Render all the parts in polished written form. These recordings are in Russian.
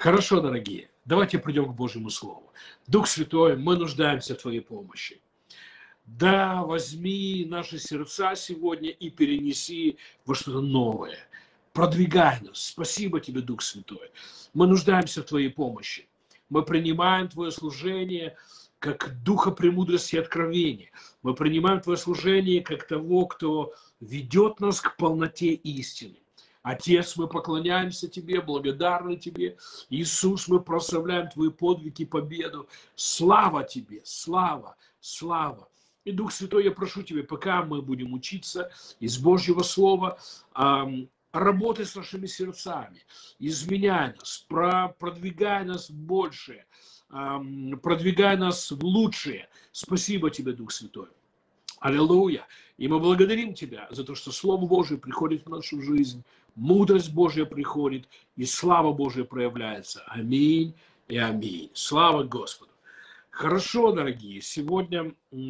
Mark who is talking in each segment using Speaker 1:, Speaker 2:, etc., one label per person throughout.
Speaker 1: Хорошо, дорогие, давайте придем к Божьему Слову. Дух Святой, мы нуждаемся в Твоей помощи. Да, возьми наши сердца сегодня и перенеси во что-то новое. Продвигай нас. Спасибо Тебе, Дух Святой. Мы нуждаемся в Твоей помощи. Мы принимаем Твое служение как духа премудрости и откровения. Мы принимаем Твое служение как того, кто ведет нас к полноте истины. Отец, мы поклоняемся Тебе, благодарны Тебе. Иисус, мы прославляем Твои подвиги и победу. Слава Тебе, слава, слава. И, Дух Святой, я прошу Тебя, пока мы будем учиться из Божьего Слова, работай с нашими сердцами, изменяй нас, продвигай нас в большее, продвигай нас в лучшее. Спасибо Тебе, Дух Святой. Аллилуйя. И мы благодарим Тебя за то, что Слово Божие приходит в нашу жизнь, мудрость Божья приходит, и слава Божья проявляется. Аминь и аминь. Слава Господу. Хорошо, дорогие, сегодня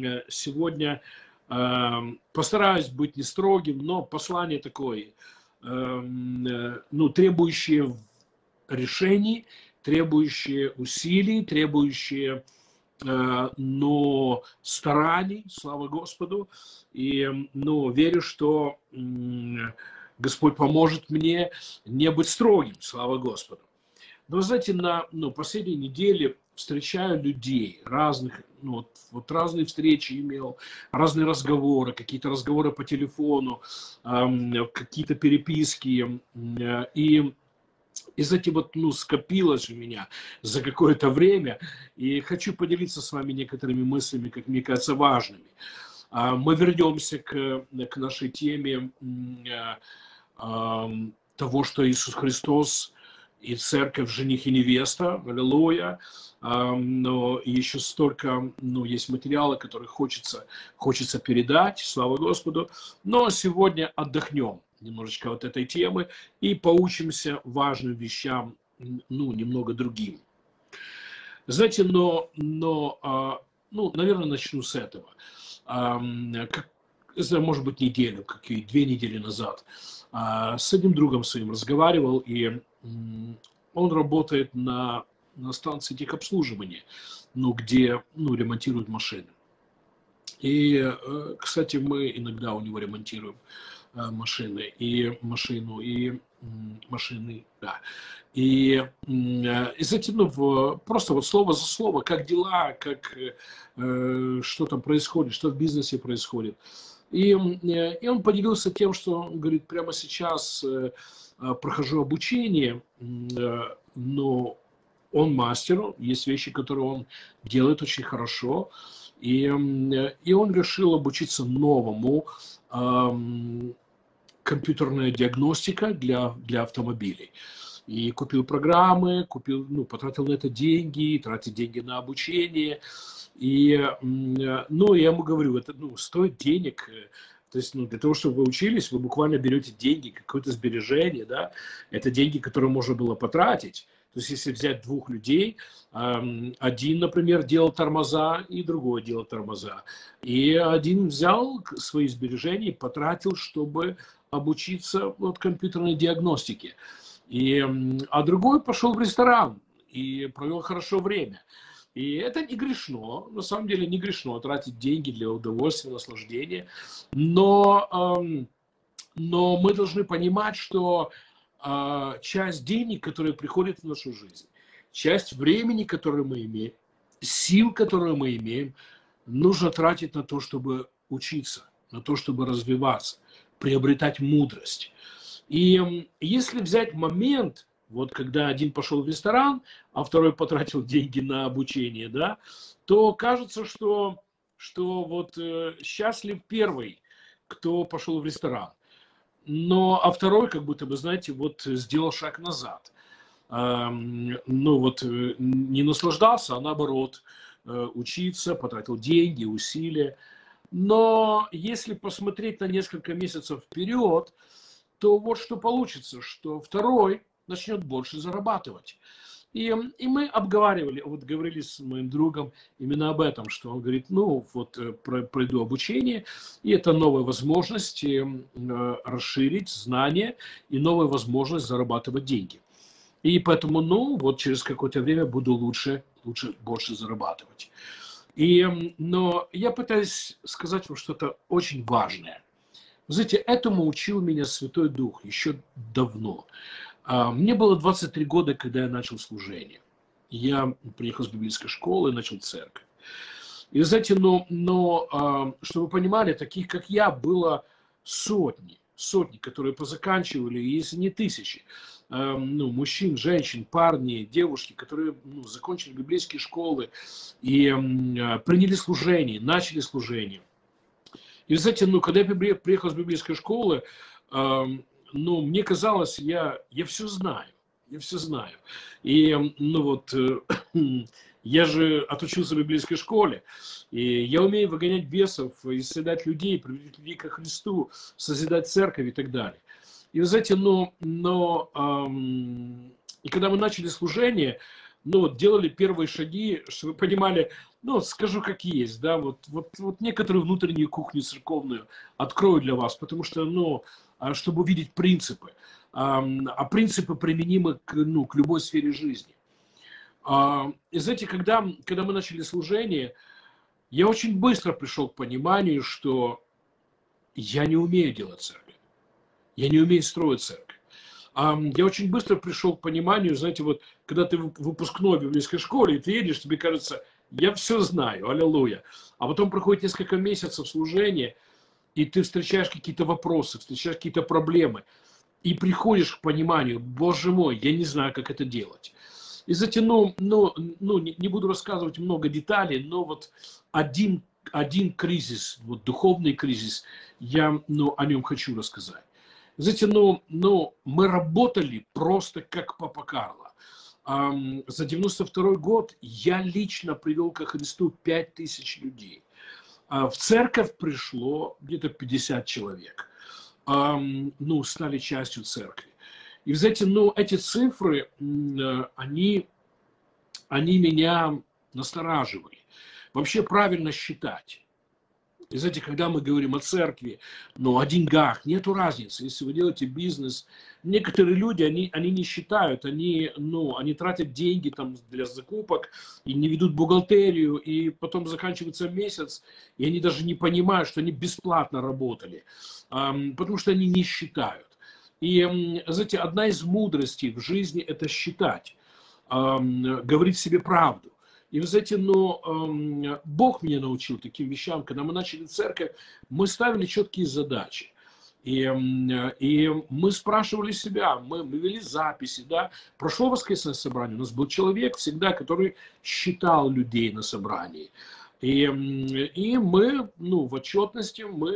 Speaker 1: постараюсь быть не строгим, но послание такое, требующее решений, требующее усилий, требующее но стараний, слава Господу, и верю, что Господь поможет мне не быть строгим, слава Господу. Но, знаете, на последней неделе встречаю людей разных, разные встречи имел, разные разговоры, какие-то разговоры по телефону, какие-то переписки, и знаете, скопилось у меня за какое-то время, и хочу поделиться с вами некоторыми мыслями, как мне кажется, важными. Мы вернемся к нашей теме того, что Иисус Христос и церковь, жених и невеста, аллилуйя. Но еще столько, есть материалы, которые хочется передать, слава Господу. Но сегодня отдохнем немножечко от этой темы и поучимся важным вещам, немного другим. Знаете, наверное, начну с этого. Может быть, неделю, 2 недели назад, с одним другом своим разговаривал, и он работает на станции техобслуживания, где ремонтируют машины. И, кстати, мы иногда у него ремонтируем машины, да. И знаете, просто слово за слово, как дела, что там происходит, что в бизнесе происходит. И он поделился тем, что, он говорит, прямо сейчас прохожу обучение, но он мастер, есть вещи, которые он делает очень хорошо, и он решил обучиться новому, компьютерная диагностика для автомобилей. И купил программы, потратил на это деньги, тратит деньги на обучение. И, я ему говорю, это, стоит денег. То есть, для того, чтобы вы учились, вы буквально берете деньги, какое-то сбережение, да, это деньги, которые можно было потратить. То есть, если взять двух людей, один, например, делал тормоза, и другой делал тормоза. И один взял свои сбережения и потратил, чтобы обучиться компьютерной диагностике. А другой пошел в ресторан и провел хорошо время. И это не грешно, на самом деле не грешно тратить деньги для удовольствия, наслаждения. Но мы должны понимать, что часть денег, которые приходят в нашу жизнь, часть времени, которое мы имеем, сил, которые мы имеем, нужно тратить на то, чтобы учиться, на то, чтобы развиваться, приобретать мудрость. И если взять момент, когда один пошел в ресторан, а второй потратил деньги на обучение, да, то кажется, что счастлив первый, кто пошел в ресторан. А второй, как будто бы, знаете, сделал шаг назад. Не наслаждался, а наоборот, учиться, потратил деньги, усилия. Но если посмотреть на несколько месяцев вперед, то вот что получится, что второй начнет больше зарабатывать. И мы говорили с моим другом именно об этом, что он говорит, пройду обучение, и это новая возможность расширить знания и новая возможность зарабатывать деньги. И поэтому, ну, вот через какое-то время буду лучше, больше зарабатывать. Но я пытаюсь сказать вам что-то очень важное. Вы знаете, этому учил меня Святой Дух еще давно. Мне было 23 года, когда я начал служение. Я приехал с библейской школы и начал церковь. И, знаете, чтобы вы понимали, таких, как я, было сотни, которые позаканчивали, если не тысячи, мужчин, женщин, парни, девушки, которые закончили библейские школы и приняли служение, начали служение. И, знаете, когда я приехал с библейской школы, мне казалось, я все знаю. Я все знаю. И, я же отучился в библейской школе, и я умею выгонять бесов, исцелять людей, приводить людей ко Христу, созидать церковь и так далее. И, вы знаете, и когда мы начали служение, делали первые шаги, чтобы вы понимали, скажу как есть, да, вот некоторую внутреннюю кухню церковную открою для вас, потому что, чтобы увидеть принципы, а принципы применимы к любой сфере жизни. И знаете, когда мы начали служение, я очень быстро пришел к пониманию, что я не умею делать церковь, я не умею строить церковь. Я очень быстро пришел к пониманию, знаете, вот когда ты выпускной в библейской школе, и ты едешь, тебе кажется, я все знаю, аллилуйя. А потом проходит несколько месяцев служения, и ты встречаешь какие-то вопросы, встречаешь какие-то проблемы, и приходишь к пониманию, боже мой, я не знаю, как это делать. И, знаете, не буду рассказывать много деталей, но вот один кризис, вот духовный кризис, я о нем хочу рассказать. Знаете, мы работали просто как Папа Карло. За 92 год я лично привел ко Христу 5000 людей. В церковь пришло где-то 50 человек. Стали частью церкви. И, знаете, эти цифры, они меня настораживали. Вообще правильно считать. И, знаете, когда мы говорим о церкви, о деньгах, нету разницы. Если вы делаете бизнес, некоторые люди, они не считают, они тратят деньги там для закупок и не ведут бухгалтерию, и потом заканчивается месяц, и они даже не понимают, что они бесплатно работали, потому что они не считают. И, знаете, одна из мудростей в жизни – это считать, говорить себе правду. И, вы знаете, Бог меня научил таким вещам. Когда мы начали церковь, мы ставили четкие задачи. И мы спрашивали себя, мы вели записи, да. Прошло воскресное собрание, у нас был человек всегда, который считал людей на собрании. И мы, в отчетности, мы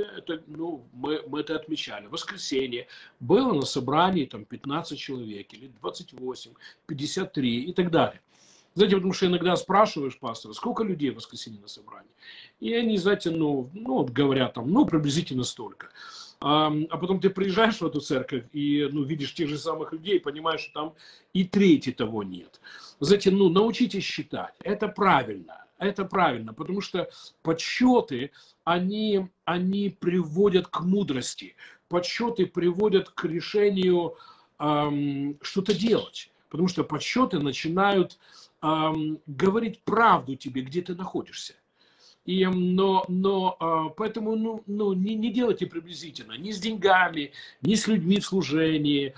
Speaker 1: это отмечали. В воскресенье было на собрании там 15 человек, или 28, 53 и так далее. Знаете, потому что иногда спрашиваешь пастора, сколько людей в воскресенье на собрании? И они, знаете, говорят там, приблизительно столько. А потом ты приезжаешь в эту церковь и видишь тех же самых людей, и понимаешь, что там и трети того нет. Знаете, научитесь считать. Это правильно. Это правильно, потому что подсчеты, они приводят к мудрости. Подсчеты приводят к решению что-то делать. Потому что подсчеты начинают говорить правду тебе, где ты находишься. Поэтому не делайте приблизительно, ни с деньгами, ни с людьми в служении.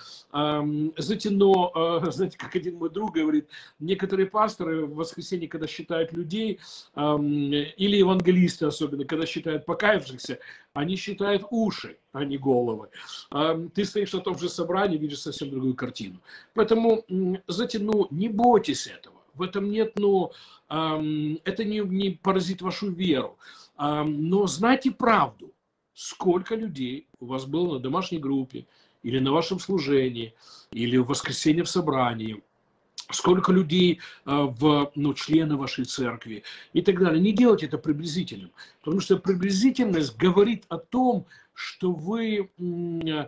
Speaker 1: Знаете, как один мой друг говорит, некоторые пасторы в воскресенье, когда считают людей, или евангелисты особенно, когда считают покаявшихся, они считают уши, а не головы. Ты стоишь на том же собрании, видишь совсем другую картину. Поэтому, знаете, не бойтесь этого. В этом нет, это не поразит вашу веру. Но знайте правду. Сколько людей у вас было на домашней группе, или на вашем служении, или в воскресенье в собрании. Сколько людей члены вашей церкви и так далее. Не делайте это приблизительным. Потому что приблизительность говорит о том, что вы не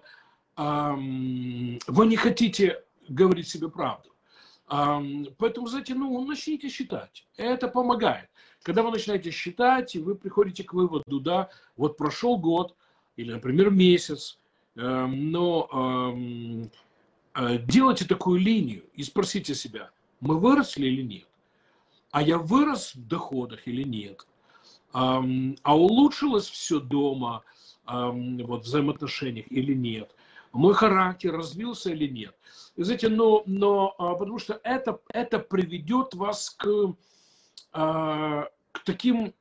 Speaker 1: хотите говорить себе правду. Поэтому, знаете, начните считать. Это помогает. Когда вы начинаете считать, и вы приходите к выводу, да, вот прошел год, или, например, месяц, делайте такую линию и спросите себя, мы выросли или нет? А я вырос в доходах или нет? А улучшилось все дома, вот, в взаимоотношениях или нет? Мой характер развился или нет? И знаете, потому что это приведет вас к таким,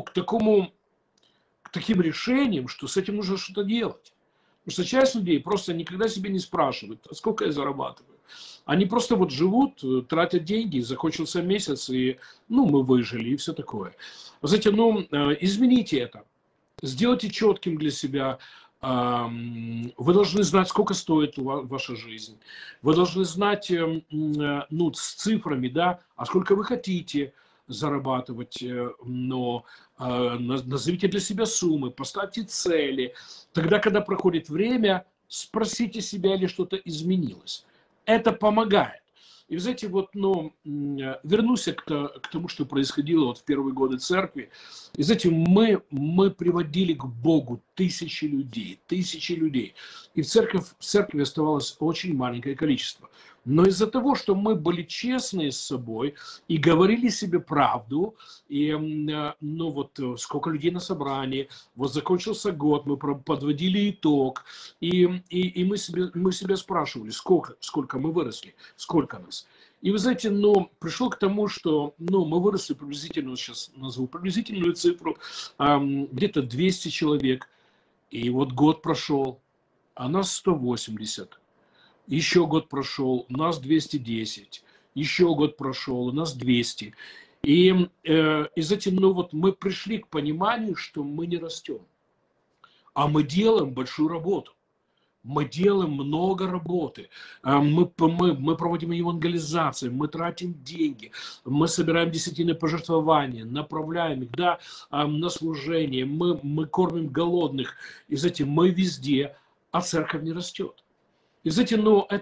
Speaker 1: к таким решениям, что с этим нужно что-то делать. Потому что часть людей просто никогда себе не спрашивают, а сколько я зарабатываю. Они просто вот живут, тратят деньги, закончился месяц, и, мы выжили, и все такое. Вы знаете, измените это. Сделайте четким для себя. Вы должны знать, сколько стоит ваша жизнь. Вы должны знать, с цифрами, да, а сколько вы хотите зарабатывать, но назовите для себя суммы, поставьте цели. Тогда, когда проходит время, спросите себя, или что-то изменилось. Это помогает. И, вы знаете, вернусь к тому, что происходило вот в первые годы церкви. И, знаете, мы приводили к Богу тысячи людей. И в церкви оставалось очень маленькое количество. Но из-за того, что мы были честны с собой и говорили себе правду, и, сколько людей на собрании, вот закончился год, мы подводили итог, и мы себя спрашивали, сколько мы выросли, сколько нас. И вы знаете, пришло к тому, что мы выросли приблизительно, сейчас назову приблизительную цифру, где-то 200 человек. И вот год прошел, а нас 180. Еще год прошел, у нас 210. Еще год прошел, у нас 200. И знаете, мы пришли к пониманию, что мы не растем. А мы делаем большую работу. Мы делаем много работы, мы проводим евангелизации, мы тратим деньги, мы собираем десятины пожертвования, направляем их, да, на служение, мы кормим голодных, и знаете, мы везде, а церковь не растет. И знаете,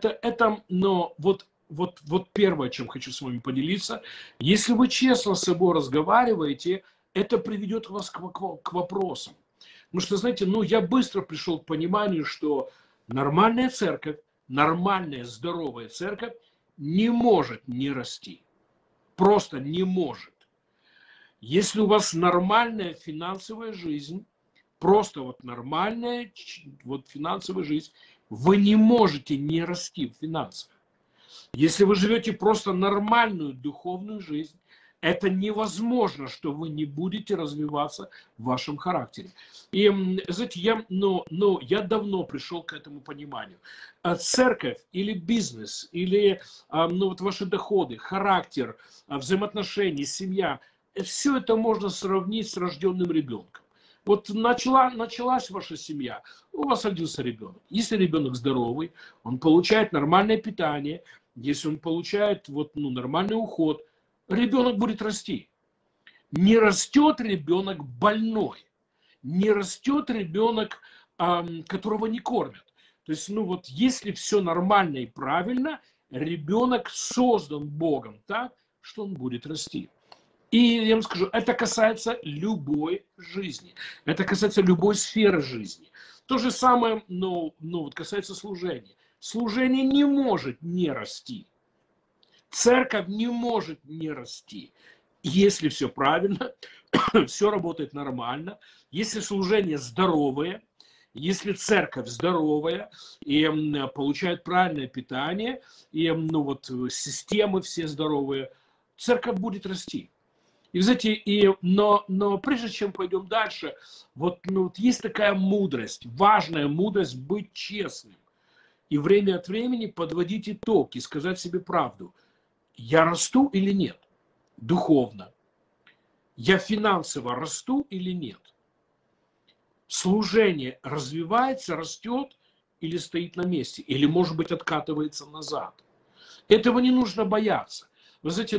Speaker 1: вот первое, чем хочу с вами поделиться, если вы честно с собой разговариваете, это приведет вас к вопросам. Потому что, знаете, я быстро пришел к пониманию, что нормальная церковь, нормальная здоровая церковь не может не расти. Просто не может. Если у вас нормальная финансовая жизнь, просто вот нормальная финансовая жизнь, вы не можете не расти в финансах. Если вы живете просто нормальную духовную жизнь, это невозможно, что вы не будете развиваться в вашем характере. И, знаете, я давно пришел к этому пониманию. Церковь или бизнес, или ваши доходы, характер, взаимоотношения, семья, все это можно сравнить с рожденным ребенком. Вот началась ваша семья, у вас родился ребенок. Если ребенок здоровый, он получает нормальное питание, если он получает нормальный уход, ребенок будет расти. Не растет ребенок больной. Не растет ребенок, которого не кормят. То есть, если все нормально и правильно, ребенок создан Богом так, что он будет расти. И я вам скажу, это касается любой жизни. Это касается любой сферы жизни. То же самое, касается служения. Служение не может не расти. Церковь не может не расти. Если все правильно, все работает нормально, если служение здоровое, если церковь здоровая и получает правильное питание, и системы все здоровые, церковь будет расти. И, знаете, но прежде чем пойдем дальше, есть такая мудрость, важная мудрость быть честным. И время от времени подводить итог и сказать себе правду. Я расту или нет? Духовно. Я финансово расту или нет? Служение развивается, растет или стоит на месте? Или, может быть, откатывается назад? Этого не нужно бояться. Вы знаете,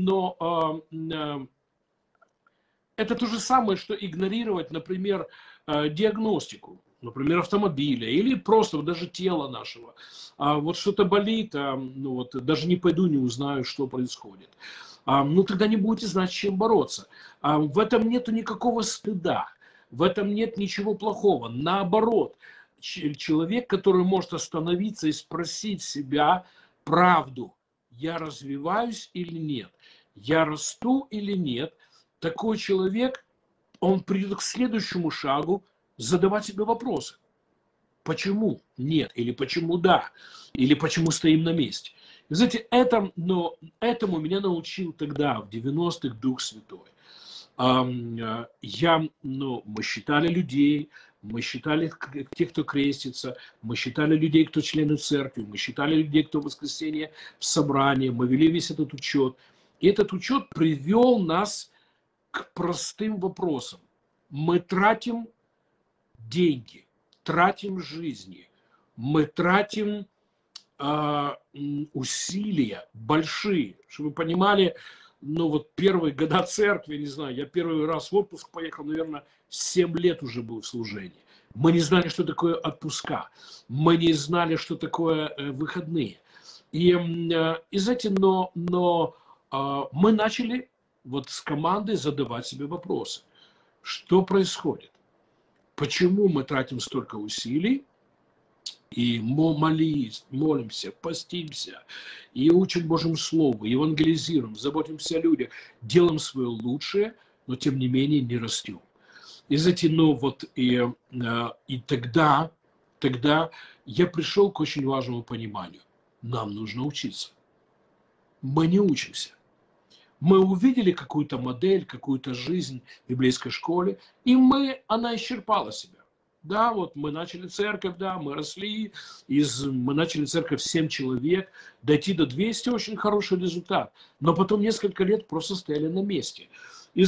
Speaker 1: это то же самое, что игнорировать, например, диагностику. Например, автомобиля или просто даже тела нашего. Что-то болит, даже не пойду, не узнаю, что происходит. Тогда не будете знать, с чем бороться. В этом нету никакого стыда, в этом нет ничего плохого. Наоборот, человек, который может остановиться и спросить себя правду. Я развиваюсь или нет? Я расту или нет? Такой человек, он придет к следующему шагу, задавать себе вопросы. Почему нет? Или почему да? Или почему стоим на месте? И, знаете, этому меня научил тогда, в 90-х, Дух Святой. Мы считали людей, мы считали тех, кто крестится, мы считали людей, кто члены церкви, мы считали людей, кто в воскресенье в собрании, мы вели весь этот учет. И этот учет привел нас к простым вопросам. Мы тратим деньги, тратим жизни, мы тратим усилия большие, чтобы вы понимали. Первые года церкви, не знаю, я первый раз в отпуск поехал, наверное, 7 лет уже был в служении. Мы не знали, что такое отпуска. Мы не знали, что такое выходные. Мы начали с командой задавать себе вопросы. Что происходит? Почему мы тратим столько усилий? И молимся, постимся, и учим Божьему Слову, евангелизируем, заботимся о людях, делаем свое лучшее, но тем не менее не растем. И тогда я пришел к очень важному пониманию. Нам нужно учиться. Мы не учимся. Мы увидели какую-то модель, какую-то жизнь в библейской школе, и она исчерпала себя. Да, мы начали церковь, да, мы росли, мы начали церковь 7 человек, дойти до 200 очень хороший результат, но потом несколько лет просто стояли на месте. И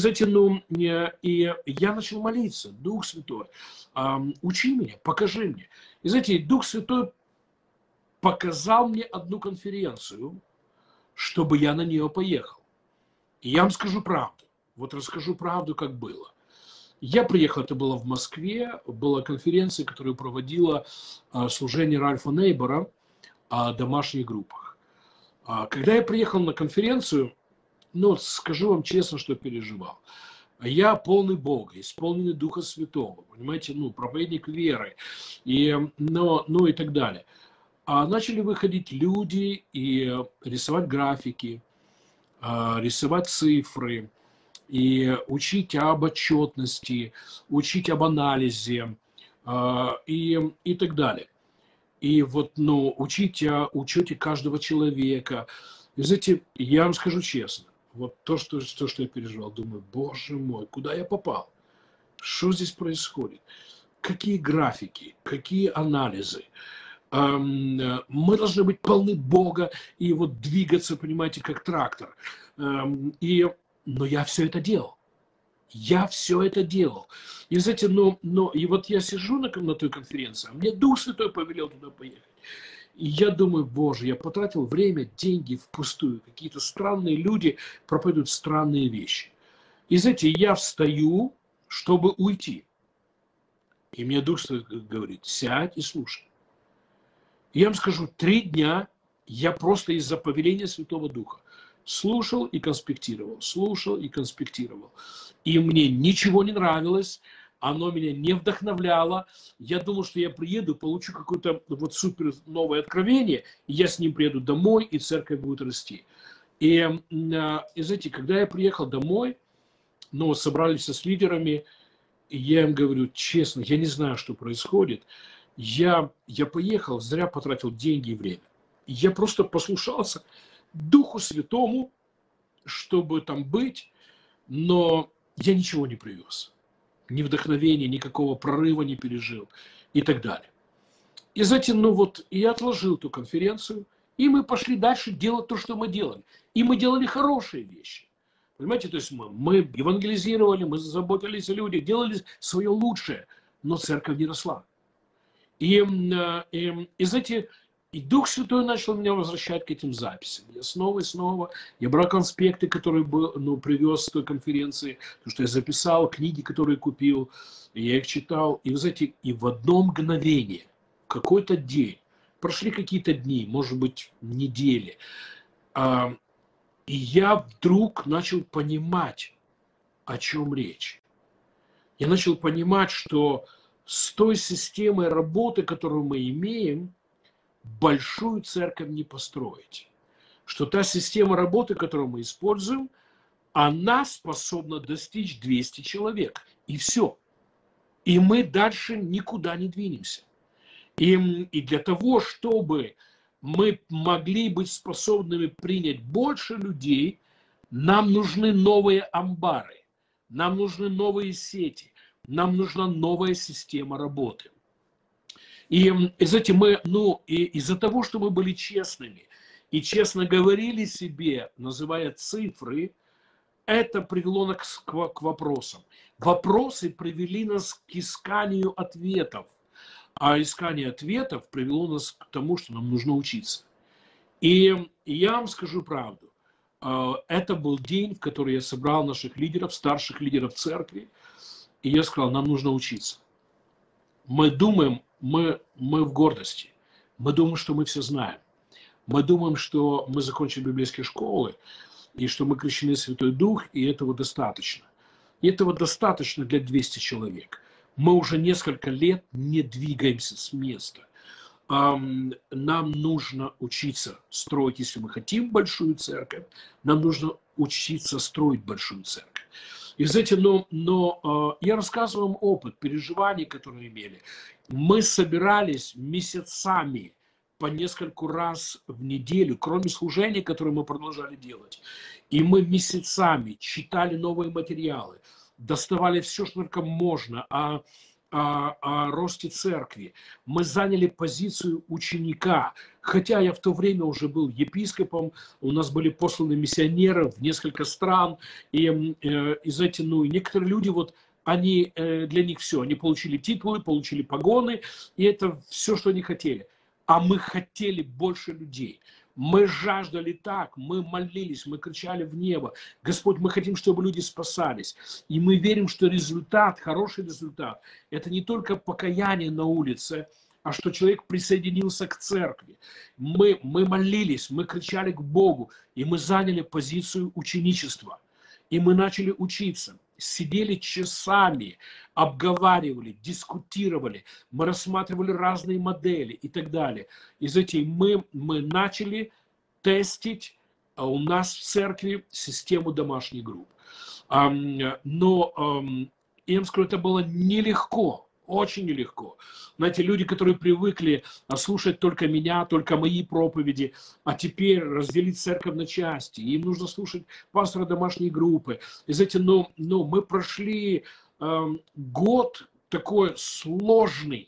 Speaker 1: я начал молиться: Дух Святой, учи меня, покажи мне. И знаете, Дух Святой показал мне одну конференцию, чтобы я на нее поехал. И я вам скажу правду, расскажу правду, как было. Я приехал, это было в Москве, была конференция, которую проводила служение Ральфа Нейбора о домашних группах. Когда я приехал на конференцию, скажу вам честно, что переживал. Я полный Бога, исполненный Духа Святого, понимаете, проповедник веры, и так далее. Начали выходить люди и рисовать графики, рисовать цифры, и учить об отчетности, учить об анализе и так далее. И учить о учете каждого человека. И знаете, я вам скажу честно, то, что я переживал, думаю, Боже мой, куда я попал? Что здесь происходит? Какие графики, какие анализы? Мы должны быть полны Бога и двигаться, понимаете, как трактор. Но я все это делал. Я все это делал. И знаете, я сижу на той конференции, а мне Дух Святой повелел туда поехать. И я думаю, Боже, я потратил время, деньги впустую. Какие-то странные люди проповедуют странные вещи. И знаете, я встаю, чтобы уйти. И мне Дух Святой говорит: сядь и слушай. И я вам скажу, 3 дня я просто из-за повеления Святого Духа слушал и конспектировал, слушал и конспектировал. И мне ничего не нравилось, оно меня не вдохновляло. Я думал, что я приеду, получу какое-то супер новое откровение, и я с ним приеду домой, и церковь будет расти. И знаете, когда я приехал домой, собрались с лидерами, и я им говорю честно, я не знаю, что происходит. Я поехал, зря потратил деньги и время. Я просто послушался Духу Святому, чтобы там быть, но я ничего не привез. Ни вдохновения, никакого прорыва не пережил и так далее. И знаете, я отложил эту конференцию, и мы пошли дальше делать то, что мы делали. И мы делали хорошие вещи. Понимаете, то есть мы евангелизировали, мы заботились о людях, делали свое лучшее, но церковь не росла. И знаете, и Дух Святой начал меня возвращать к этим записям. Я снова и снова, я брал конспекты, которые привез с той конференции, то, что я записал, книги, которые купил, и я их читал. И вы знаете, и в одно мгновение, какой-то день, прошли какие-то дни, может быть, недели, и я вдруг начал понимать, о чем речь. Я начал понимать, что с той системой работы, которую мы имеем, большую церковь не построить. Что та система работы, которую мы используем, она способна достичь 200 человек. И все. И мы дальше никуда не двинемся. И для того, чтобы мы могли быть способными принять больше людей, нам нужны новые амбары, нам нужны новые сети, нам нужна новая система работы. И из-за того, что мы были честными и честно говорили себе, называя цифры, это привело нас к вопросам. Вопросы привели нас к исканию ответов. А искание ответов привело нас к тому, что нам нужно учиться. И я вам скажу правду. Это был день, в который я собрал наших лидеров, старших лидеров церкви. И я сказал, нам нужно учиться. Мы думаем, мы в гордости. Мы думаем, что мы все знаем. Мы думаем, что мы закончили библейские школы, и что мы крещены Святой Дух, и этого достаточно. И этого достаточно для 200 человек. Мы уже несколько лет не двигаемся с места. Нам нужно учиться строить, если мы хотим большую церковь, нам нужно учиться строить большую церковь. И знаете, я рассказываю вам опыт, переживаний, которые имели. Мы собирались месяцами по нескольку раз в неделю, кроме служения, которое мы продолжали делать. И мы месяцами читали новые материалы, доставали все, что только можно о росте церкви. Мы заняли позицию ученика. Хотя я в то время уже был епископом, у нас были посланы миссионеры в несколько стран. И некоторые люди, они, для них все. Они получили титулы, получили погоны, и это все, что они хотели. А мы хотели больше людей. Мы жаждали так, мы молились, мы кричали в небо. Господь, мы хотим, чтобы люди спасались. И мы верим, что результат, хороший результат, это не только покаяние на улице, а что человек присоединился к церкви. Мы молились, мы кричали к Богу, и мы заняли позицию ученичества. И мы начали учиться. Сидели часами, обговаривали, дискутировали, мы рассматривали разные модели и так далее. И затем мы начали тестить у нас в церкви систему домашних групп. Но я вам скажу, это было нелегко. Очень нелегко. Знаете, люди, которые привыкли слушать только меня, только мои проповеди, а теперь разделить церковь на части, им нужно слушать пастора домашней группы. И знаете, мы прошли год такой сложный.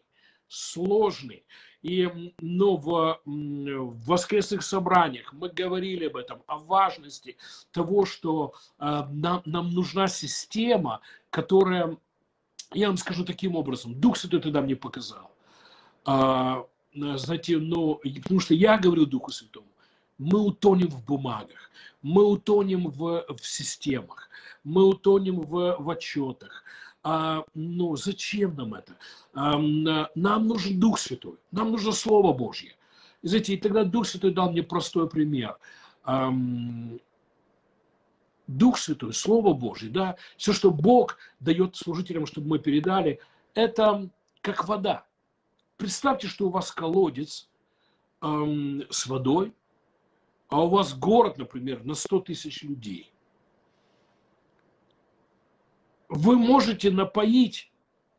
Speaker 1: Но в воскресных собраниях мы говорили об этом, о важности того, что нам нужна система, которая... Я вам скажу таким образом, Дух Святой тогда мне показал. Знаете, потому что я говорю Духу Святому, мы утонем в бумагах, мы утонем в системах, мы утонем в отчетах. Но зачем нам это? Нам нужен Дух Святой, нам нужно Слово Божье. И, знаете, и тогда Дух Святой дал мне простой пример. Дух Святой, Слово Божье, да, все, что Бог дает служителям, чтобы мы передали, это как вода. Представьте, что у вас колодец с водой, а у вас город, например, на 100 тысяч людей. Вы можете напоить,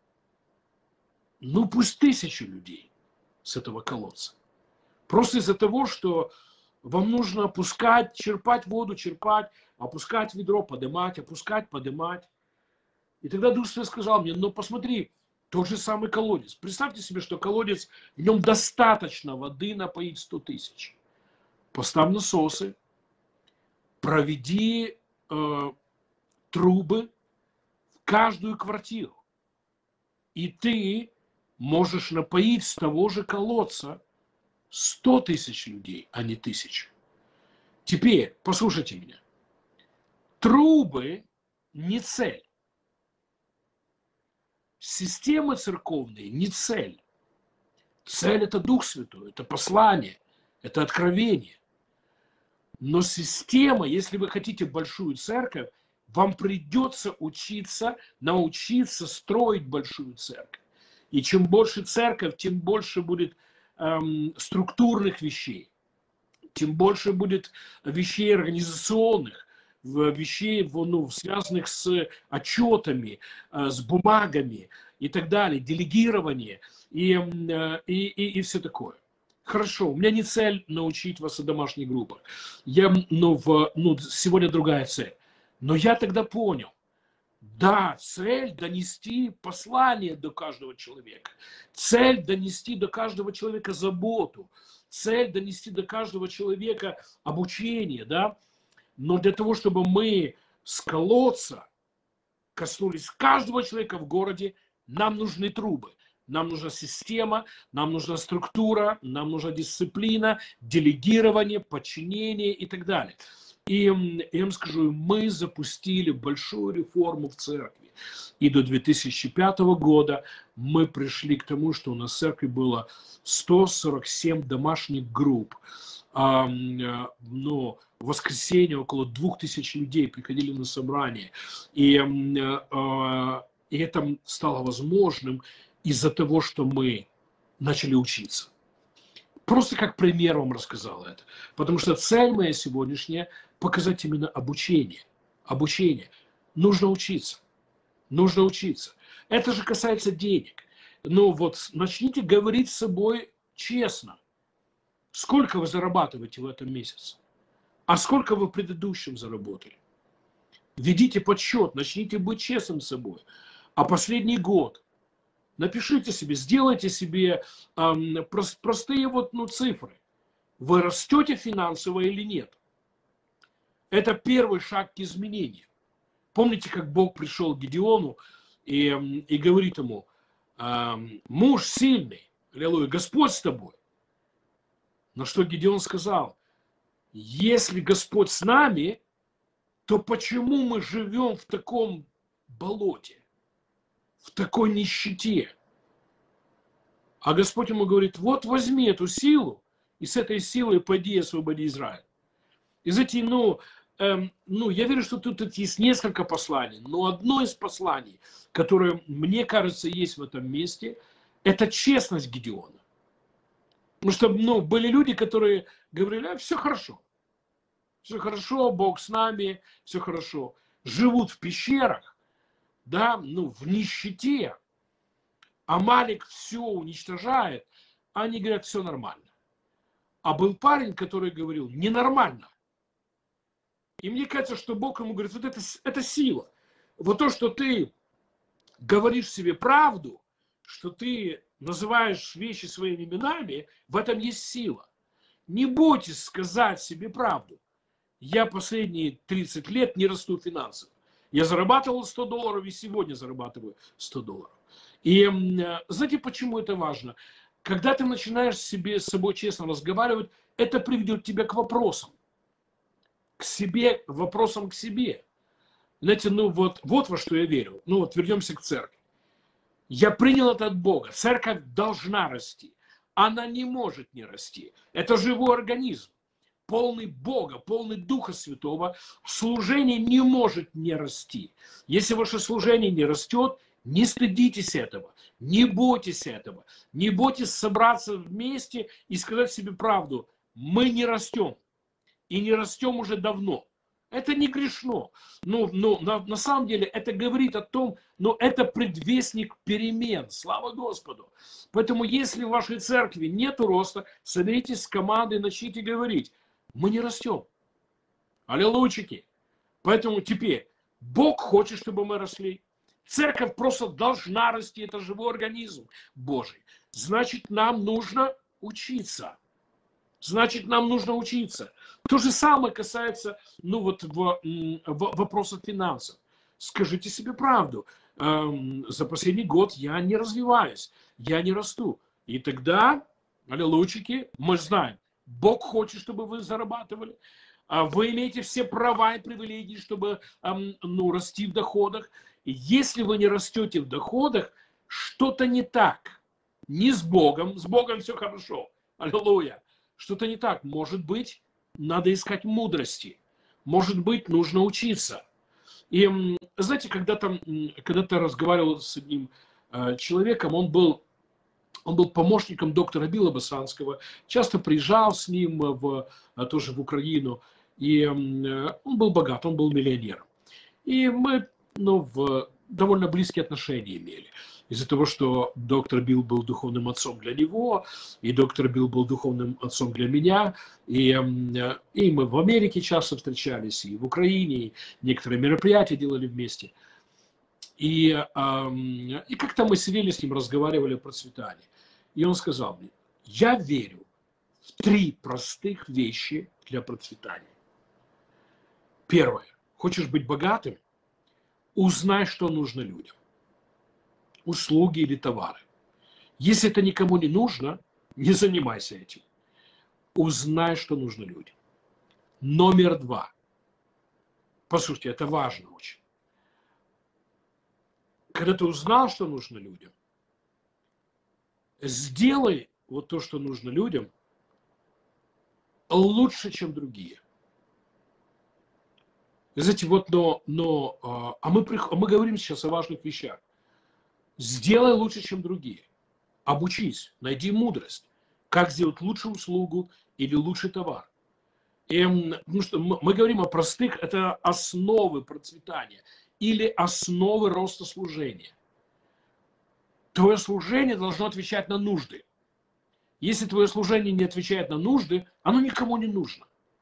Speaker 1: пусть 1000 людей с этого колодца. Просто из-за того, что вам нужно опускать, черпать воду, опускать ведро, поднимать, опускать, поднимать. И тогда Дух Святой сказал мне, посмотри, тот же самый колодец. Представьте себе, что колодец, в нем достаточно воды напоить 100 тысяч. Поставь насосы, проведи трубы в каждую квартиру. И ты можешь напоить с того же колодца 100 тысяч людей, а не 1000. Теперь, послушайте меня. Трубы не цель. Системы церковные не цель. Цель – это Дух Святой, это послание, это откровение. Но система, если вы хотите большую церковь, вам придется научиться строить большую церковь. И чем больше церковь, тем больше будет структурных вещей, тем больше будет вещей организационных, вещей, ну, связанных с отчетами, с бумагами и так далее, делегирование и все такое. Хорошо, у меня не цель научить вас о домашних группах. Сегодня другая цель. Но я тогда понял, да, цель донести послание до каждого человека. Цель донести до каждого человека заботу. Цель донести до каждого человека обучение, да. Но для того, чтобы мы с колодца коснулись каждого человека в городе, нам нужны трубы. Нам нужна система, нам нужна структура, нам нужна дисциплина, делегирование, подчинение и так далее. И я вам скажу, мы запустили большую реформу в церкви. И до 2005 года мы пришли к тому, что у нас в церкви было 147 домашних групп. В воскресенье около 2000 людей приходили на собрание. И это стало возможным из-за того, что мы начали учиться. Просто как пример вам рассказал это. Потому что цель моя сегодняшняя – показать именно обучение. Обучение. Нужно учиться. Нужно учиться. Это же касается денег. Но вот начните говорить с собой честно. Сколько вы зарабатываете в этом месяце? А сколько вы в предыдущем заработали? Ведите подсчет, начните быть честным с собой. А последний год напишите себе, сделайте себе простые цифры. Вы растете финансово или нет? Это первый шаг к изменению. Помните, как Бог пришел к Гедеону и говорит ему: муж сильный, аллилуйя, Господь с тобой. На что Гедеон сказал: если Господь с нами, то почему мы живем в таком болоте, в такой нищете? А Господь ему говорит: вот возьми эту силу, и с этой силой пойди и освободи Израиль. И знаете, я верю, что тут есть несколько посланий, но одно из посланий, которое, мне кажется, есть в этом месте, это честность Гедеона. Потому что, были люди, которые говорили: все хорошо, Бог с нами, все хорошо. Живут в пещерах, да, в нищете. Амалик все уничтожает, а они говорят: все нормально. А был парень, который говорил: ненормально. И мне кажется, что Бог ему говорит: вот это сила. Вот то, что ты говоришь себе правду, что ты называешь вещи своими именами, в этом есть сила. Не бойтесь сказать себе правду. Я последние 30 лет не расту финансово. Я зарабатывал $100 и сегодня зарабатываю $100. И знаете, почему это важно? Когда ты начинаешь с собой честно разговаривать, это приведет тебя к вопросам. К себе, вопросам к себе. Знаете, вот во что я верю. Вернемся к церкви. Я принял это от Бога. Церковь должна расти. Она не может не расти. Это живой организм. Полный Бога, полный Духа Святого. Служение не может не расти. Если ваше служение не растет, не стыдитесь этого. Не бойтесь этого. Не бойтесь собраться вместе и сказать себе правду. Мы не растем. И не растем уже давно. Это не грешно. На самом деле это говорит о том, это предвестник перемен. Слава Господу. Поэтому если в вашей церкви нет роста, соберитесь с командой, начните говорить: мы не растем. Аллилуйчики. Поэтому теперь Бог хочет, чтобы мы росли. Церковь просто должна расти. Это живой организм Божий. Значит, нам нужно учиться. То же самое касается, вопросов финансов. Скажите себе правду. За последний год я не развиваюсь, я не расту. И тогда, аллилуйчики, мы знаем, Бог хочет, чтобы вы зарабатывали. Вы имеете все права и привилегии, чтобы расти в доходах. И если вы не растете в доходах, что-то не так. Не с Богом все хорошо. Аллилуйя. Что-то не так. Может быть, надо искать мудрости. Может быть, нужно учиться. И знаете, когда-то разговаривал с одним человеком. Он был помощником доктора Билла Басанского, часто приезжал с ним тоже в Украину. И он был богат, он был миллионером. И мы довольно близкие отношения имели. Из-за того, что доктор Билл был духовным отцом для него, и доктор Билл был духовным отцом для меня. И мы в Америке часто встречались, и в Украине, и некоторые мероприятия делали вместе. И как-то мы сидели с ним, разговаривали о процветании. И он сказал мне: я верю в 3 простых вещи для процветания. Первое. Хочешь быть богатым? Узнай, что нужно людям. Услуги или товары. Если это никому не нужно, не занимайся этим. Узнай, что нужно людям. Номер 2. Послушайте, это важно очень. Когда ты узнал, что нужно людям, сделай вот то, что нужно людям, лучше, чем другие. Знаете, вот, мы говорим сейчас о важных вещах. Сделай лучше, чем другие. Обучись, найди мудрость, как сделать лучшую услугу или лучший товар. Потому что мы говорим о простых, это основы процветания или основы роста служения. Твое служение должно отвечать на нужды. Если твое служение не отвечает на нужды, оно никому не нужно.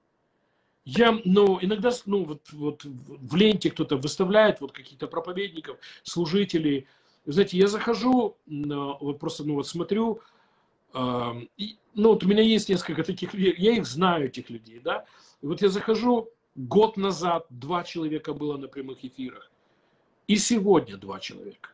Speaker 1: Иногда в ленте кто-то выставляет каких-то проповедников, служителей. Знаете, я захожу, смотрю, у меня есть несколько таких людей, я их знаю, этих людей, да. И вот я захожу, год назад 2 человека было на прямых эфирах, и сегодня 2 человека.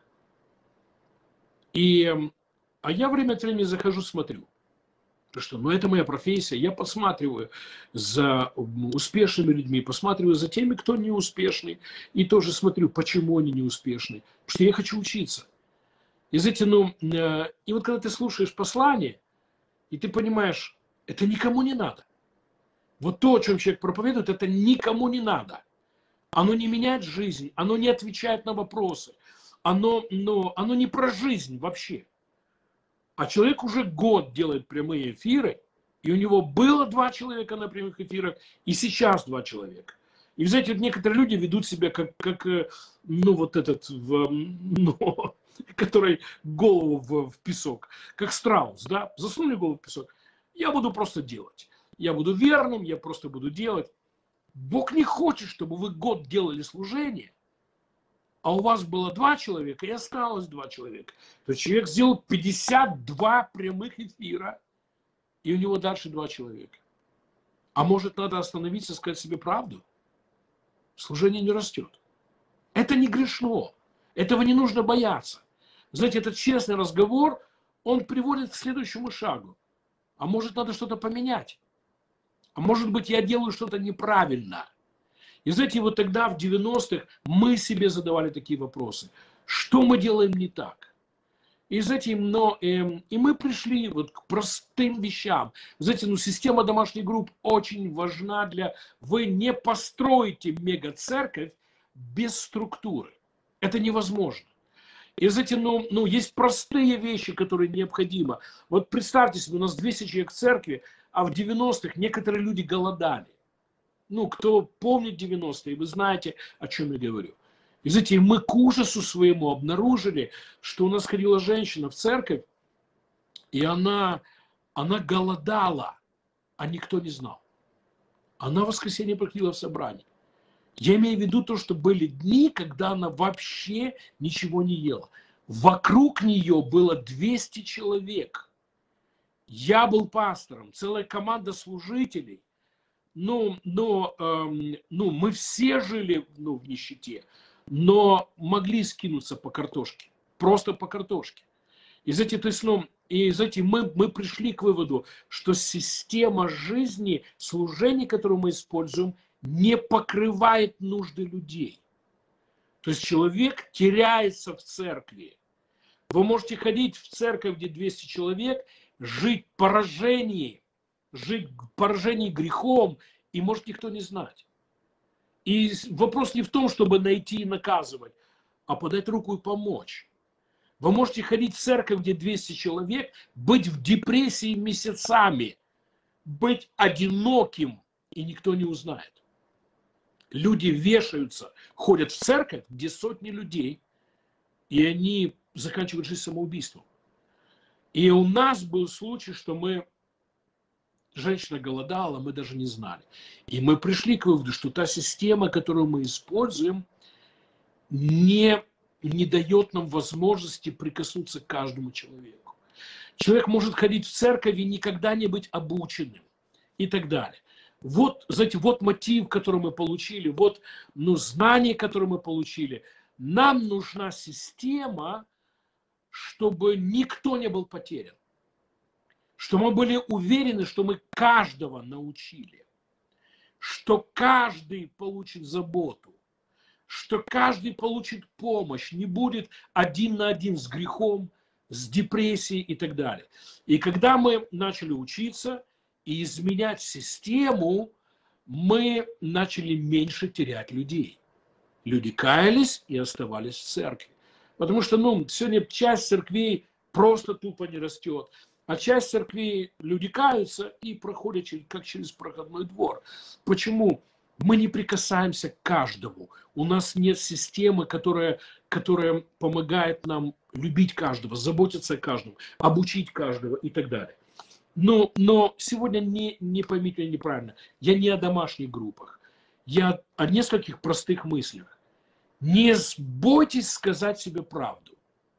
Speaker 1: А я время от времени захожу, смотрю. Потому что, это моя профессия, я посматриваю за успешными людьми, посматриваю за теми, кто не успешный, и тоже смотрю, почему они не успешны. Потому что я хочу учиться. И вот когда ты слушаешь послание, и ты понимаешь, это никому не надо. Вот то, о чем человек проповедует, это никому не надо. Оно не меняет жизнь, оно не отвечает на вопросы, оно не про жизнь вообще. А человек уже год делает прямые эфиры, и у него было 2 человека на прямых эфирах, и сейчас 2 человека. И, знаете, некоторые люди ведут себя как который голову в песок, как страус, да, засунули голову в песок. Я буду просто делать. Я буду верным, я просто буду делать. Бог не хочет, чтобы вы год делали служение, а у вас было 2 человека, и осталось 2 человека. То есть человек сделал 52 прямых эфира, и у него дальше 2 человека. А может, надо остановиться и сказать себе правду? Служение не растет. Это не грешно. Этого не нужно бояться. Знаете, этот честный разговор, он приводит к следующему шагу. А может, надо что-то поменять? А может быть, я делаю что-то неправильно? И знаете, вот тогда в 90-х мы себе задавали такие вопросы. Что мы делаем не так? И знаете, и мы пришли к простым вещам. Знаете, система домашних групп очень важна Вы не построите мега-церковь без структуры. Это невозможно. И знаете, есть простые вещи, которые необходимо. Вот представьте себе, у нас 200 человек в церкви, а в 90-х некоторые люди голодали. Кто помнит 90-е, вы знаете, о чем я говорю. И знаете, мы к ужасу своему обнаружили, что у нас ходила женщина в церковь, и она голодала, а никто не знал. Она в воскресенье приходила в собрание. Я имею в виду то, что были дни, когда она вообще ничего не ела. Вокруг нее было 200 человек. Я был пастором, целая команда служителей. Мы все жили в нищете, но могли скинуться по картошке, просто по картошке. И знаете, мы пришли к выводу, что система жизни, служение, которое мы используем, не покрывает нужды людей. То есть человек теряется в церкви. Вы можете ходить в церковь, где 200 человек, жить в поражении грехом, и может никто не знать. И вопрос не в том, чтобы найти и наказывать, а подать руку и помочь. Вы можете ходить в церковь, где 200 человек, быть в депрессии месяцами, быть одиноким, и никто не узнает. Люди вешаются, ходят в церковь, где сотни людей, и они заканчивают жизнь самоубийством. И у нас был случай, что женщина голодала, мы даже не знали. И мы пришли к выводу, что та система, которую мы используем, не дает нам возможности прикоснуться к каждому человеку. Человек может ходить в церковь и никогда не быть обученным и так далее. Вот, знаете, вот мотив, который мы получили, вот знание, которое мы получили. Нам нужна система, чтобы никто не был потерян. Что мы были уверены, что мы каждого научили. Что каждый получит заботу. Что каждый получит помощь. Не будет один на один с грехом, с депрессией и так далее. И когда мы начали учиться и изменять систему, мы начали меньше терять людей. Люди каялись и оставались в церкви. Потому что, сегодня часть церквей просто тупо не растет. А часть церквей люди каются и проходят как через проходной двор. Почему? Мы не прикасаемся к каждому. У нас нет системы, которая помогает нам любить каждого, заботиться о каждом, обучить каждого и так далее. Но сегодня не поймите меня неправильно. Я не о домашних группах. Я о нескольких простых мыслях. Не бойтесь сказать себе правду.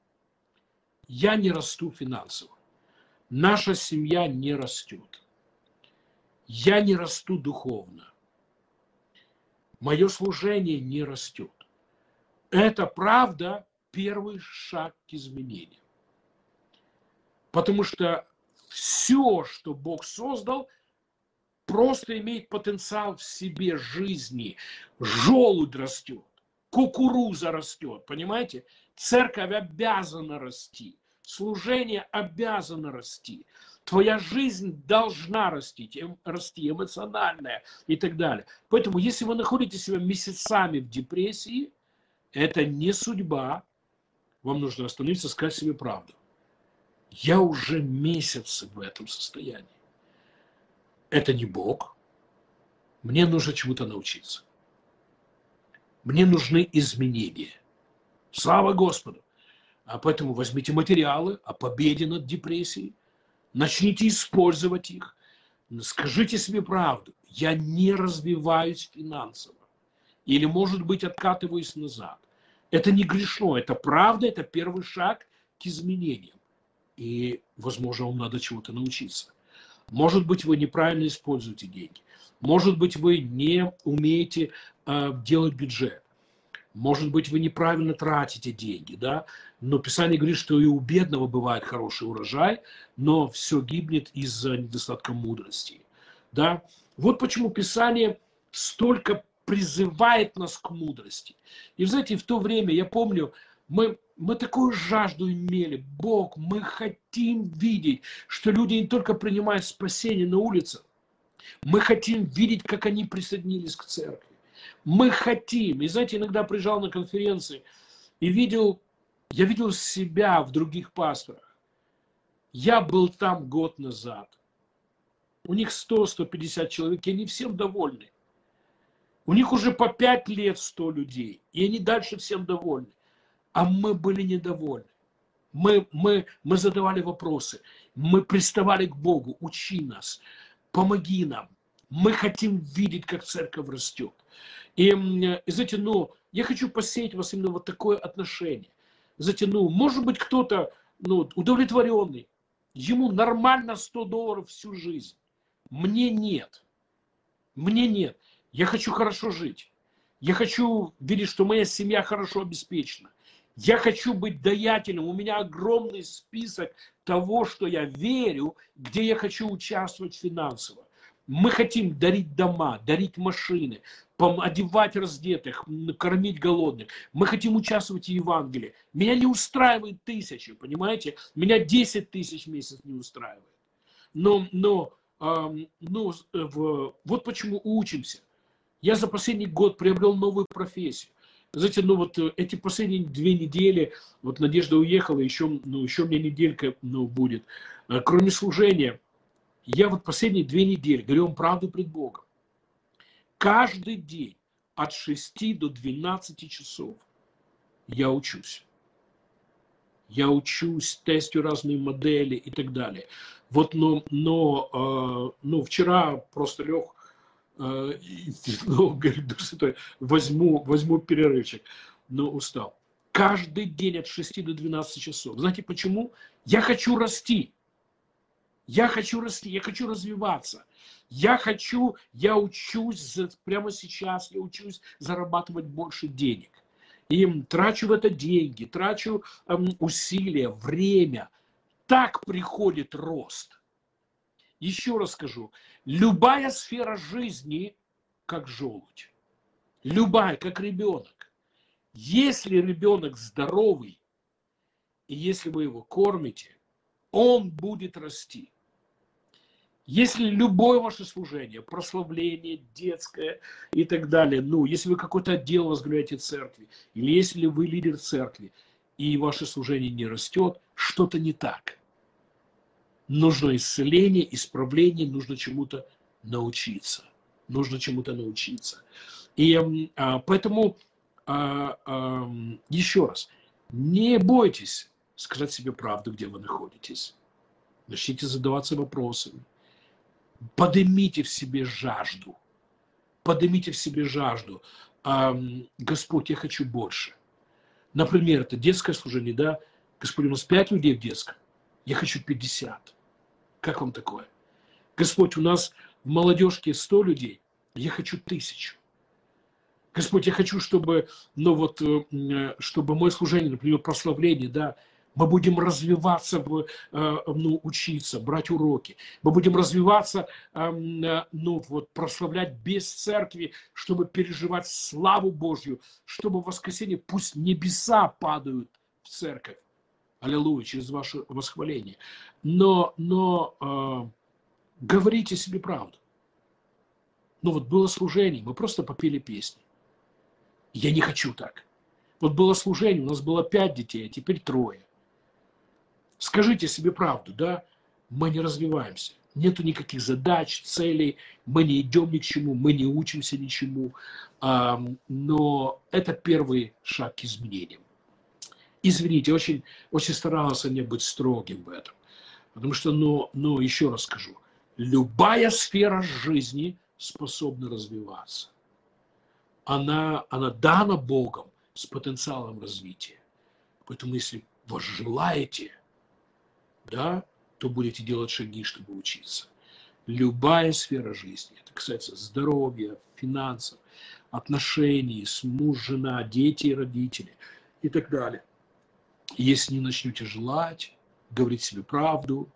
Speaker 1: Я не расту финансово. Наша семья не растет. Я не расту духовно. Мое служение не растет. Это правда первый шаг к изменению. Потому что все, что Бог создал, просто имеет потенциал в себе жизни. Желудь растет, кукуруза растет, понимаете? Церковь обязана расти, служение обязано расти. Твоя жизнь должна расти эмоциональная и так далее. Поэтому, если вы находите себя месяцами в депрессии, это не судьба. Вам нужно остановиться и сказать себе правду. Я уже месяцы в этом состоянии. Это не Бог. Мне нужно чему-то научиться. Мне нужны изменения. Слава Господу. А поэтому возьмите материалы о победе над депрессией. Начните использовать их. Скажите себе правду. Я не развиваюсь финансово. Или, может быть, откатываюсь назад. Это не грешно. Это правда. Это первый шаг к изменениям. И, возможно, вам надо чего-то научиться. Может быть, вы неправильно используете деньги. Может быть, вы не умеете делать бюджет. Может быть, вы неправильно тратите деньги, да? Но Писание говорит, что и у бедного бывает хороший урожай, но все гибнет из-за недостатка мудрости, да? Вот почему Писание столько призывает нас к мудрости. И, знаете, в то время, я помню, мы такую жажду имели. Бог, мы хотим видеть, что люди не только принимают спасение на улицах, мы хотим видеть, как они присоединились к церкви. Мы хотим. И знаете, иногда приезжал на конференции и я видел себя в других пасторах. Я был там год назад. У них 100-150 человек, и они всем довольны. У них уже по 5 лет 100 людей, и они дальше всем довольны. А мы были недовольны. Мы задавали вопросы. Мы приставали к Богу. Учи нас. Помоги нам. Мы хотим видеть, как церковь растет. И знаете, я хочу посеять в вас именно вот такое отношение. Знаете, может быть, кто-то удовлетворенный. Ему нормально $100 всю жизнь. Мне нет. Мне нет. Я хочу хорошо жить. Я хочу видеть, что моя семья хорошо обеспечена. Я хочу быть даятелем. У меня огромный список того, что я верю, где я хочу участвовать финансово. Мы хотим дарить дома, дарить машины, одевать раздетых, кормить голодных. Мы хотим участвовать в Евангелии. Меня не устраивает 1000, понимаете? Меня 10 тысяч в месяц не устраивает. Вот почему учимся. Я за последний год приобрел новую профессию. знаете, ну вот эти последние 2 недели, вот Надежда уехала, еще, ну, еще мне неделька, ну, будет. Кроме служения, я вот последние 2 недели, говорю вам правду пред Богом, каждый день от 6 до 12 часов я учусь. Я учусь, тестю разные модели и так далее. Вот, но вчера просто лег, говорит, Дух Святой, возьму перерывчик, но устал. Каждый день от 6 до 12 часов. Знаете почему? Я хочу расти. Я хочу расти, я хочу развиваться. Я учусь прямо сейчас, я учусь зарабатывать больше денег. И трачу в это деньги, трачу усилия, время. Так приходит рост. Еще раз скажу, любая сфера жизни, как желудь. Любая, как ребенок. Если ребенок здоровый, и если вы его кормите, он будет расти. Если любое ваше служение, прославление, детское и так далее, ну, если вы какой-то отдел возглавляете церкви, или если вы лидер церкви, и ваше служение не растет, что-то не так. Нужно исцеление, исправление, нужно чему-то научиться. Нужно чему-то научиться. И поэтому, еще раз, не бойтесь сказать себе правду, где вы находитесь. Начните задаваться вопросами. Поднимите в себе жажду. Поднимите в себе жажду. Господь, я хочу больше. Например, это детское служение, да? Господь, у нас 5 людей в детском. Я хочу 50. Как вам такое? Господь, у нас в молодежке 100 людей. Я хочу 1000. Господь, я хочу, чтобы, чтобы мое служение, например, прославление, да, мы будем развиваться, учиться, брать уроки. Мы будем развиваться, прославлять без церкви, чтобы переживать славу Божью, чтобы в воскресенье пусть небеса падают в церковь. Аллилуйя, через ваше восхваление. Но говорите себе правду. Было служение, мы просто попели песни. Я не хочу так. Было служение, у нас было 5 детей, а теперь 3. Скажите себе правду, да? Мы не развиваемся. Нету никаких задач, целей, мы не идем ни к чему, мы не учимся ничему. Но это первый шаг к изменениям. Извините, очень, очень старался не быть строгим в этом. Потому что, еще раз скажу, любая сфера жизни способна развиваться. Она дана Богом с потенциалом развития. Поэтому, если вы желаете, да, то будете делать шаги, чтобы учиться. Любая сфера жизни, это касается здоровья, финансов, отношений, муж, жена, дети и родители и так далее. Если не начнете желать, говорить себе правду,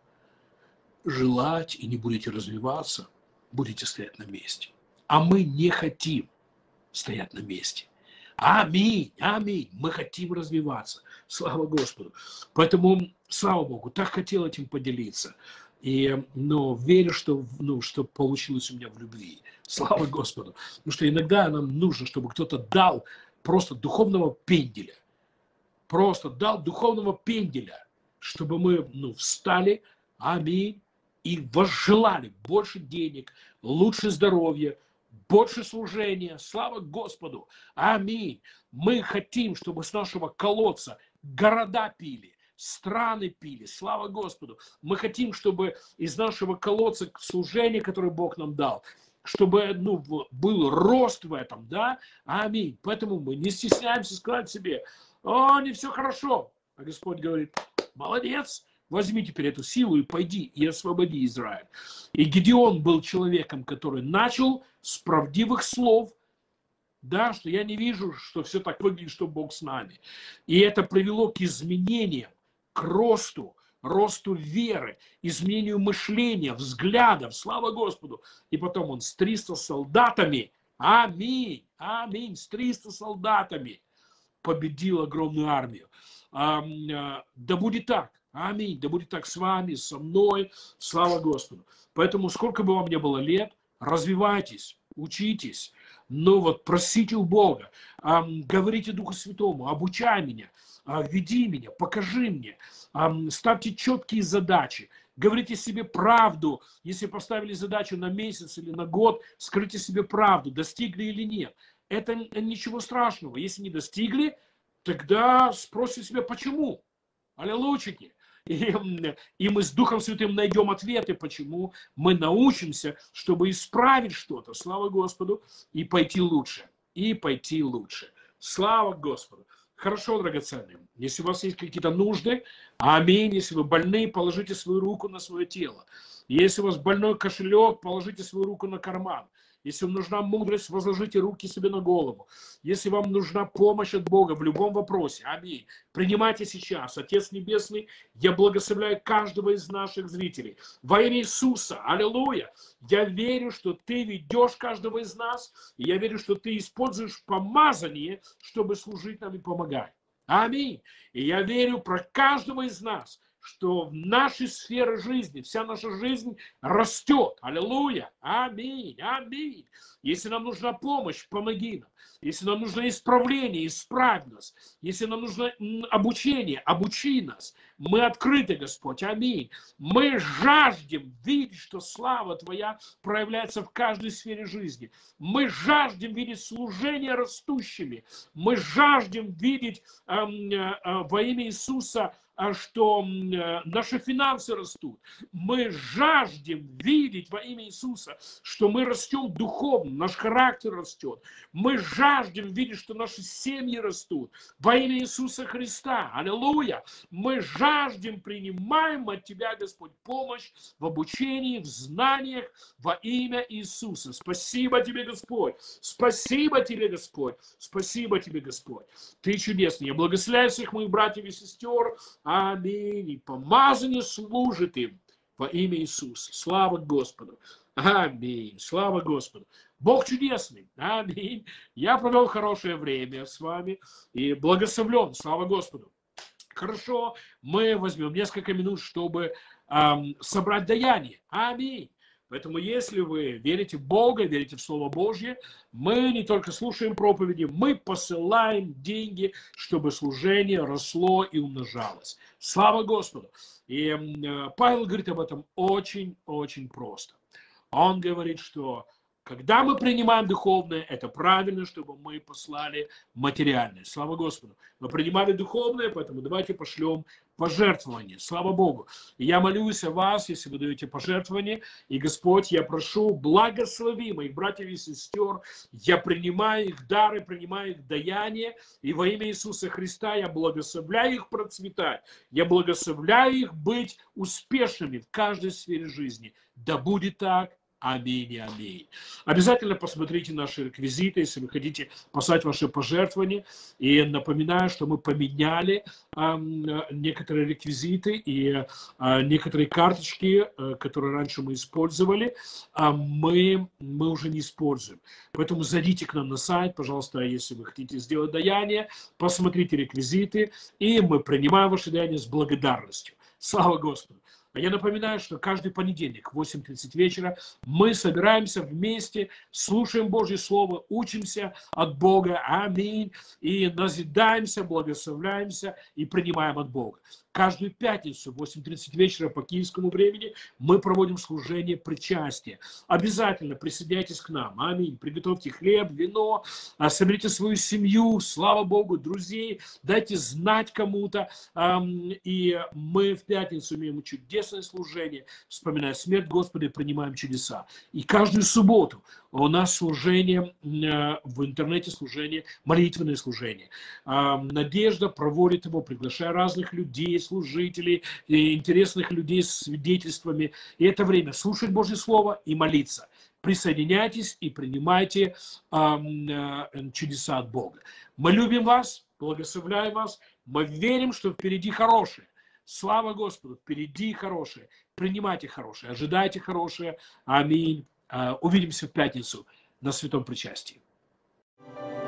Speaker 1: желать и не будете развиваться, будете стоять на месте. А мы не хотим стоять на месте. Аминь, аминь. Мы хотим развиваться. Слава Господу. Поэтому, слава Богу, так хотел этим поделиться. Но верю, что получилось у меня в любви. Слава Господу. Потому что иногда нам нужно, чтобы кто-то дал просто духовного пенделя. Просто дал духовного пенделя, чтобы мы встали, аминь, и возжелали больше денег, лучше здоровья, больше служения. Слава Господу. Аминь. Мы хотим, чтобы с нашего колодца города пили, страны пили. Слава Господу. Мы хотим, чтобы из нашего колодца служения, которое Бог нам дал, чтобы был рост в этом, да? Аминь. Поэтому мы не стесняемся сказать себе: о, не все хорошо. А Господь говорит: молодец. Возьми теперь эту силу и пойди и освободи Израиль. И Гедеон был человеком, который начал с правдивых слов, да, что я не вижу, что все так выглядит, что Бог с нами. И это привело к изменениям, к росту веры, изменению мышления, взглядов. Слава Господу. И потом он с 300 солдатами, аминь, аминь, с 300 солдатами победил огромную армию. Да будет так. Аминь. Да будет так с вами, со мной. Слава Господу. Поэтому, сколько бы вам ни было лет, развивайтесь, учитесь, Ну вот, просите у Бога, говорите Духу Святому, обучай меня, веди меня, покажи мне, ставьте четкие задачи, говорите себе правду. Если поставили задачу на месяц или на год, скажите себе правду, достигли или нет. Это ничего страшного. Если не достигли, тогда спросите себя, почему. Аллилуйчики. И мы с Духом Святым найдем ответы, почему мы научимся, чтобы исправить что-то. Слава Господу. И пойти лучше. И пойти лучше. Слава Господу. Хорошо, драгоценные. Если у вас есть какие-то нужды, аминь. Если вы больны, положите свою руку на свое тело. Если у вас больной кошелек, положите свою руку на карман. Если вам нужна мудрость, возложите руки себе на голову. Если вам нужна помощь от Бога в любом вопросе, аминь, принимайте сейчас. Отец Небесный, я благословляю каждого из наших зрителей. Во имя Иисуса, аллилуйя, я верю, что ты ведешь каждого из нас, и я верю, что ты используешь помазание, чтобы служить нам и помогать. Аминь. И я верю про каждого из нас, что в нашей сфере жизни, вся наша жизнь растет. Аллилуйя. Аминь. Аминь. Если нам нужна помощь, помоги нам. Если нам нужно исправление, исправь нас. Если нам нужно обучение, обучи нас. Мы открыты, Господь. Аминь. Мы жаждем видеть, что слава Твоя проявляется в каждой сфере жизни. Мы жаждем видеть служение растущими. Мы жаждем видеть во имя Иисуса, что наши финансы растут. Мы жаждем видеть во имя Иисуса, что мы растем духовно, наш характер растет. Мы жаждем видеть, что наши семьи растут во имя Иисуса Христа. Аллилуйя! Мы жаждем, принимаем от Тебя, Господь, помощь в обучении, в знаниях во имя Иисуса. Спасибо Тебе, Господь! Спасибо Тебе, Господь! Спасибо Тебе, Господь! Ты чудесный. Я благословляю всех моих братьев и сестер. Аминь. И помазание служит им во имя Иисуса. Слава Господу. Аминь. Слава Господу. Бог чудесный. Аминь. Я провел хорошее время с вами и благословлен. Слава Господу. Хорошо. Мы возьмем несколько минут, чтобы собрать даяние. Аминь. Поэтому, если вы верите в Бога, верите в Слово Божье, мы не только слушаем проповеди, мы посылаем деньги, чтобы служение росло и умножалось. Слава Господу! И Павел говорит об этом очень-очень просто. Он говорит, что когда мы принимаем духовное, это правильно, чтобы мы послали материальное. Слава Господу! Мы принимали духовное, поэтому давайте пошлем пожертвование. Слава Богу! И я молюсь о вас, если вы даете пожертвование. И, Господь, я прошу, благослови моих братьев и сестер. Я принимаю их дары, принимаю их даяние. И во имя Иисуса Христа я благословляю их процветать. Я благословляю их быть успешными в каждой сфере жизни. Да будет так. Аминь и аминь. Обязательно посмотрите наши реквизиты, если вы хотите послать ваши пожертвования. И напоминаю, что мы поменяли некоторые реквизиты и некоторые карточки, которые раньше мы использовали, мы уже не используем. Поэтому зайдите к нам на сайт, пожалуйста, если вы хотите сделать даяние, посмотрите реквизиты, и мы принимаем ваше даяние с благодарностью. Слава Господу! Я напоминаю, что каждый понедельник в 8:30 вечера мы собираемся вместе, слушаем Божье Слово, учимся от Бога, аминь, и назидаемся, благословляемся и принимаем от Бога. Каждую пятницу в 8:30 вечера по киевскому времени мы проводим служение причастия. Обязательно присоединяйтесь к нам. Аминь. Приготовьте хлеб, вино, соберите свою семью, слава Богу, друзей, дайте знать кому-то. И мы в пятницу имеем чудесное служение, вспоминая смерть Господа, и принимаем чудеса. И каждую субботу у нас служение в интернете, служение, молитвенное служение. Надежда проводит его, приглашая разных людей, служителей, интересных людей с свидетельствами. И это время слушать Божье Слово и молиться. Присоединяйтесь и принимайте чудеса от Бога. Мы любим вас, благословляем вас. Мы верим, что впереди хорошее. Слава Господу, впереди хорошее. Принимайте хорошее, ожидайте хорошее. Аминь. Увидимся в пятницу на Святом Причастии.